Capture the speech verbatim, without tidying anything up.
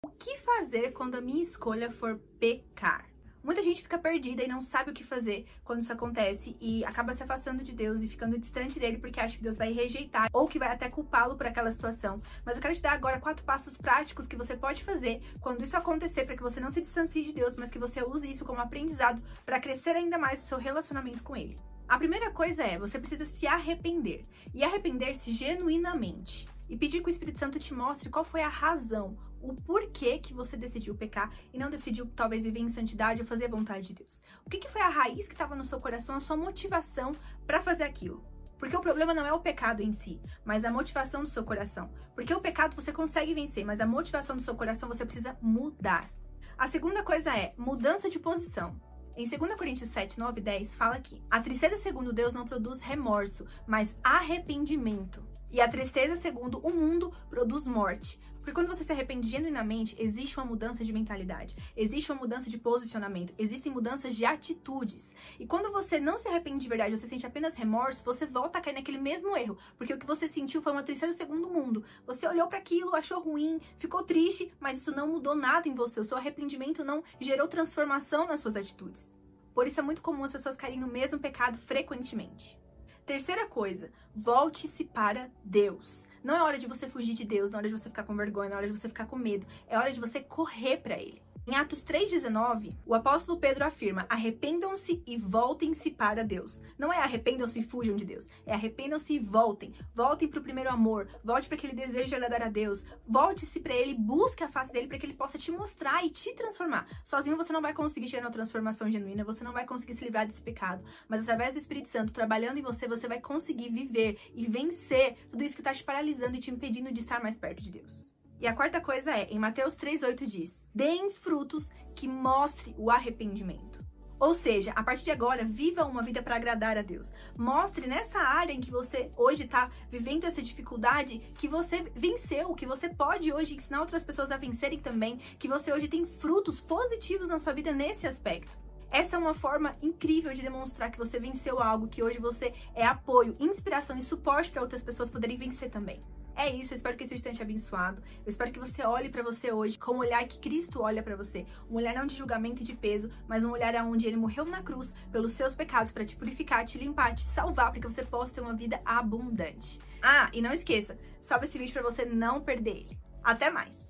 O que fazer quando a minha escolha for pecar? Muita gente fica perdida e não sabe o que fazer quando isso acontece e acaba se afastando de Deus e ficando distante dele porque acha que Deus vai rejeitar ou que vai até culpá-lo por aquela situação. Mas eu quero te dar agora quatro passos práticos que você pode fazer quando isso acontecer para que você não se distancie de Deus, mas que você use isso como aprendizado para crescer ainda mais o seu relacionamento com Ele. A primeira coisa é, você precisa se arrepender e arrepender-se genuinamente e pedir que o Espírito Santo te mostre qual foi a razão, o porquê que você decidiu pecar e não decidiu talvez viver em santidade ou fazer a vontade de Deus. O que, que foi a raiz que estava no seu coração, a sua motivação para fazer aquilo? Porque o problema não é o pecado em si, mas a motivação do seu coração. Porque o pecado você consegue vencer, mas a motivação do seu coração você precisa mudar. A segunda coisa é mudança de posição. Em dois Coríntios sete, nove e dez fala que a tristeza segundo Deus não produz remorso, mas arrependimento. E a tristeza segundo o mundo produz morte. Porque quando você se arrepende genuinamente, existe uma mudança de mentalidade, existe uma mudança de posicionamento, existem mudanças de atitudes. E quando você não se arrepende de verdade, você sente apenas remorso, você volta a cair naquele mesmo erro. Porque o que você sentiu foi uma tristeza segundo o mundo. Você olhou para aquilo, achou ruim, ficou triste, mas isso não mudou nada em você. O seu arrependimento não gerou transformação nas suas atitudes. Por isso é muito comum as pessoas caírem no mesmo pecado frequentemente. Terceira coisa, volte-se para Deus. Não é hora de você fugir de Deus, não é hora de você ficar com vergonha, não é hora de você ficar com medo. É hora de você correr para Ele. Em Atos três, dezenove, o apóstolo Pedro afirma, arrependam-se e voltem-se para Deus. Não é arrependam-se e fujam de Deus, é arrependam-se e voltem. Voltem para o primeiro amor, volte para aquele desejo de agradar a Deus. Volte-se para Ele, busque a face dele para que Ele possa te mostrar e te transformar. Sozinho você não vai conseguir chegar na transformação genuína, você não vai conseguir se livrar desse pecado. Mas através do Espírito Santo trabalhando em você, você vai conseguir viver e vencer tudo isso que está te paralisando e te impedindo de estar mais perto de Deus. E a quarta coisa é, em Mateus três, oito diz, deem frutos que mostrem o arrependimento. Ou seja, a partir de agora, viva uma vida para agradar a Deus. Mostre nessa área em que você hoje está vivendo essa dificuldade, que você venceu, que você pode hoje ensinar outras pessoas a vencerem também, que você hoje tem frutos positivos na sua vida nesse aspecto. Essa é uma forma incrível de demonstrar que você venceu algo, que hoje você é apoio, inspiração e suporte para outras pessoas poderem vencer também. É isso, eu espero que esse vídeo tenha te abençoado. Eu espero que você olhe pra você hoje com o olhar que Cristo olha pra você. Um olhar não de julgamento e de peso, mas um olhar onde Ele morreu na cruz pelos seus pecados, pra te purificar, te limpar, te salvar, para que você possa ter uma vida abundante. Ah, e não esqueça, salve esse vídeo pra você não perder ele. Até mais!